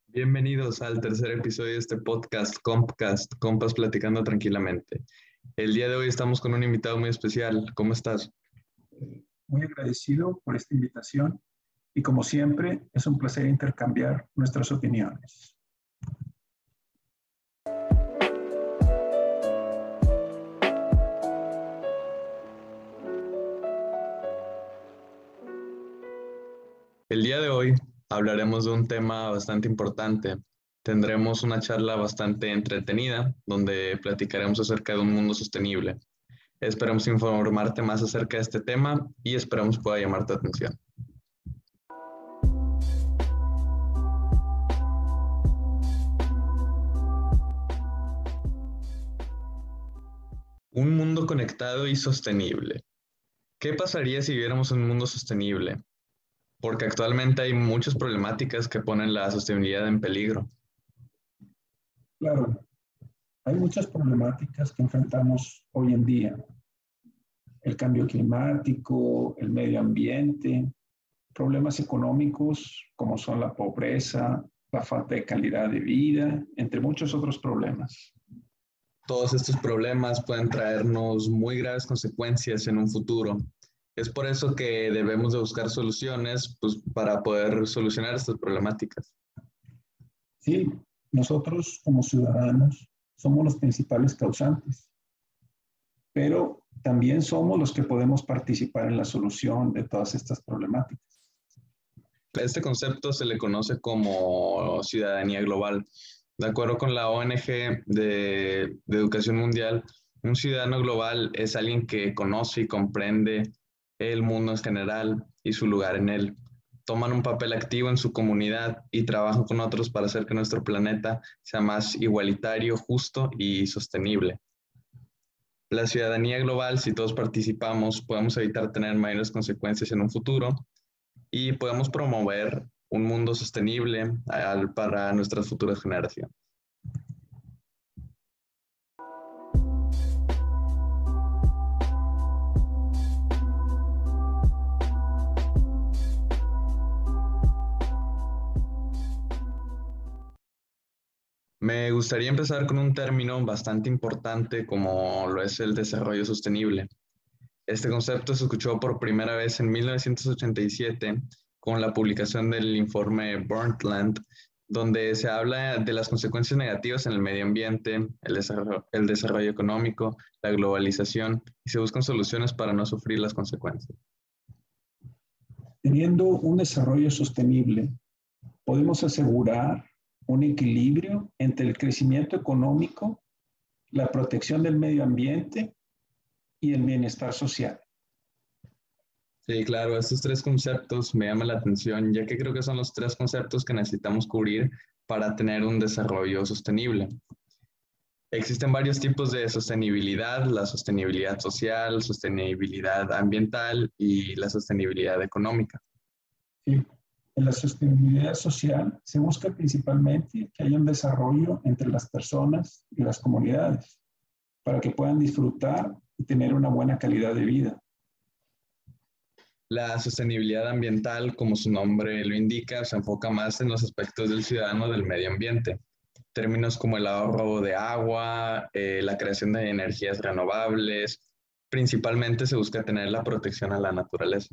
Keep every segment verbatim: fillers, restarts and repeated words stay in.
Bienvenidos al tercer episodio de este podcast, Compcast, Compas Platicando Tranquilamente. El día de hoy estamos con un invitado muy especial. ¿Cómo estás? Muy agradecido por esta invitación y como siempre es un placer intercambiar nuestras opiniones. El día de hoy hablaremos de un tema bastante importante. Tendremos una charla bastante entretenida donde platicaremos acerca de un mundo sostenible. Esperamos informarte más acerca de este tema y esperamos pueda llamar tu atención. Un mundo conectado y sostenible. ¿Qué pasaría si viviéramos un mundo sostenible? Porque actualmente hay muchas problemáticas que ponen la sostenibilidad en peligro. Claro, hay muchas problemáticas que enfrentamos hoy en día. El cambio climático, el medio ambiente, problemas económicos como son la pobreza, la falta de calidad de vida, entre muchos otros problemas. Todos estos problemas pueden traernos muy graves consecuencias en un futuro. Es por eso que debemos de buscar soluciones, pues, para poder solucionar estas problemáticas. Sí, nosotros como ciudadanos somos los principales causantes, pero también somos los que podemos participar en la solución de todas estas problemáticas. Este concepto se le conoce como ciudadanía global. De acuerdo con la O N G de, de Educación Mundial, un ciudadano global es alguien que conoce y comprende el mundo en general y su lugar en él. Toman un papel activo en su comunidad y trabajan con otros para hacer que nuestro planeta sea más igualitario, justo y sostenible. La ciudadanía global, si todos participamos, podemos evitar tener mayores consecuencias en un futuro y podemos promover un mundo sostenible al, para nuestras futuras generaciones. Me gustaría empezar con un término bastante importante como lo es el desarrollo sostenible. Este concepto se escuchó por primera vez en mil novecientos ochenta y siete con la publicación del informe Brundtland, donde se habla de las consecuencias negativas en el medio ambiente, el desarrollo, el desarrollo económico, la globalización, y se buscan soluciones para no sufrir las consecuencias. Teniendo un desarrollo sostenible, podemos asegurar un equilibrio entre el crecimiento económico, la protección del medio ambiente y el bienestar social. Sí, claro, estos tres conceptos me llaman la atención, ya que creo que son los tres conceptos que necesitamos cubrir para tener un desarrollo sostenible. Existen varios tipos de sostenibilidad: la sostenibilidad social, sostenibilidad ambiental y la sostenibilidad económica. Sí. En la sostenibilidad social se busca principalmente que haya un desarrollo entre las personas y las comunidades para que puedan disfrutar y tener una buena calidad de vida. La sostenibilidad ambiental, como su nombre lo indica, se enfoca más en los aspectos del ciudadano del medio ambiente. Términos como el ahorro de agua, eh, la creación de energías renovables, principalmente se busca tener la protección a la naturaleza.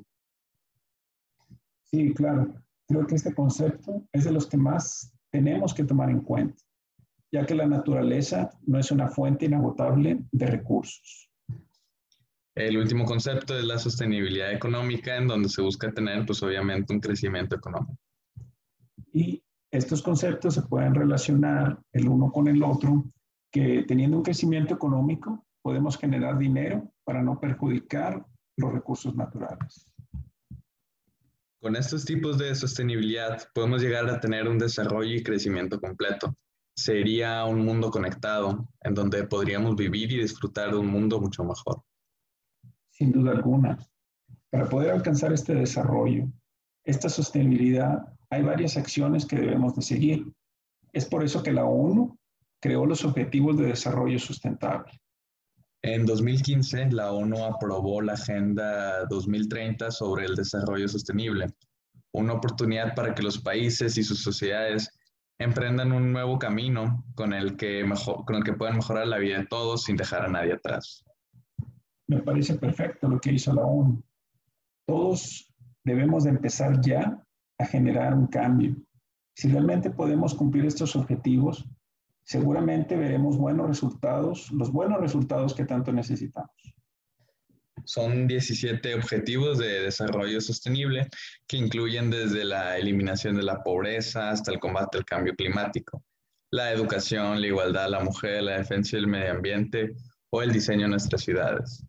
Sí, claro. Creo que este concepto es de los que más tenemos que tomar en cuenta, ya que la naturaleza no es una fuente inagotable de recursos. El último concepto es la sostenibilidad económica, en donde se busca tener, pues obviamente, un crecimiento económico. Y estos conceptos se pueden relacionar el uno con el otro, que teniendo un crecimiento económico podemos generar dinero para no perjudicar los recursos naturales. Con estos tipos de sostenibilidad podemos llegar a tener un desarrollo y crecimiento completo. Sería un mundo conectado, en donde podríamos vivir y disfrutar de un mundo mucho mejor. Sin duda alguna. Para poder alcanzar este desarrollo, esta sostenibilidad, hay varias acciones que debemos de seguir. Es por eso que la ONU creó los Objetivos de Desarrollo Sustentable. En dos mil quince, la ONU aprobó la Agenda dos mil treinta sobre el desarrollo sostenible, una oportunidad para que los países y sus sociedades emprendan un nuevo camino con el que, mejor, con el que puedan mejorar la vida de todos sin dejar a nadie atrás. Me parece perfecto lo que hizo la ONU. Todos debemos de empezar ya a generar un cambio. Si realmente podemos cumplir estos objetivos, seguramente veremos buenos resultados, los buenos resultados que tanto necesitamos. Son diecisiete objetivos de desarrollo sostenible que incluyen desde la eliminación de la pobreza hasta el combate al cambio climático, la educación, la igualdad de la mujer, la defensa del medio ambiente o el diseño de nuestras ciudades.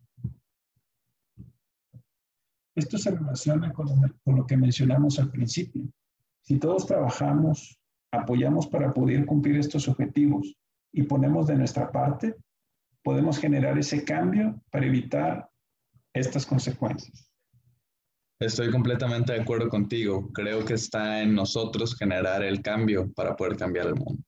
Esto se relaciona con lo, con lo que mencionamos al principio. Si todos trabajamos, apoyamos para poder cumplir estos objetivos y ponemos de nuestra parte, podemos generar ese cambio para evitar estas consecuencias. Estoy completamente de acuerdo contigo. Creo que está en nosotros generar el cambio para poder cambiar el mundo.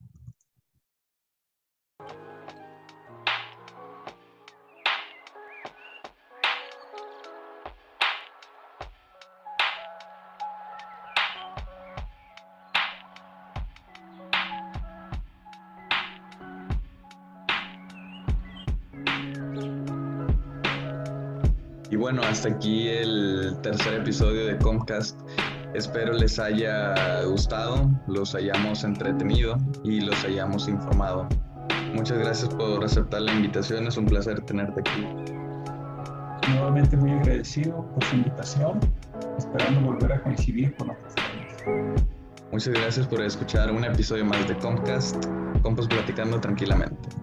Y bueno, hasta aquí el tercer episodio de Comcast. Espero les haya gustado, los hayamos entretenido y los hayamos informado. Muchas gracias por aceptar la invitación, es un placer tenerte aquí. Nuevamente muy agradecido por su invitación, esperando volver a coincidir con otros temas. Muchas gracias por escuchar un episodio más de Comcast, Compas Platicando Tranquilamente.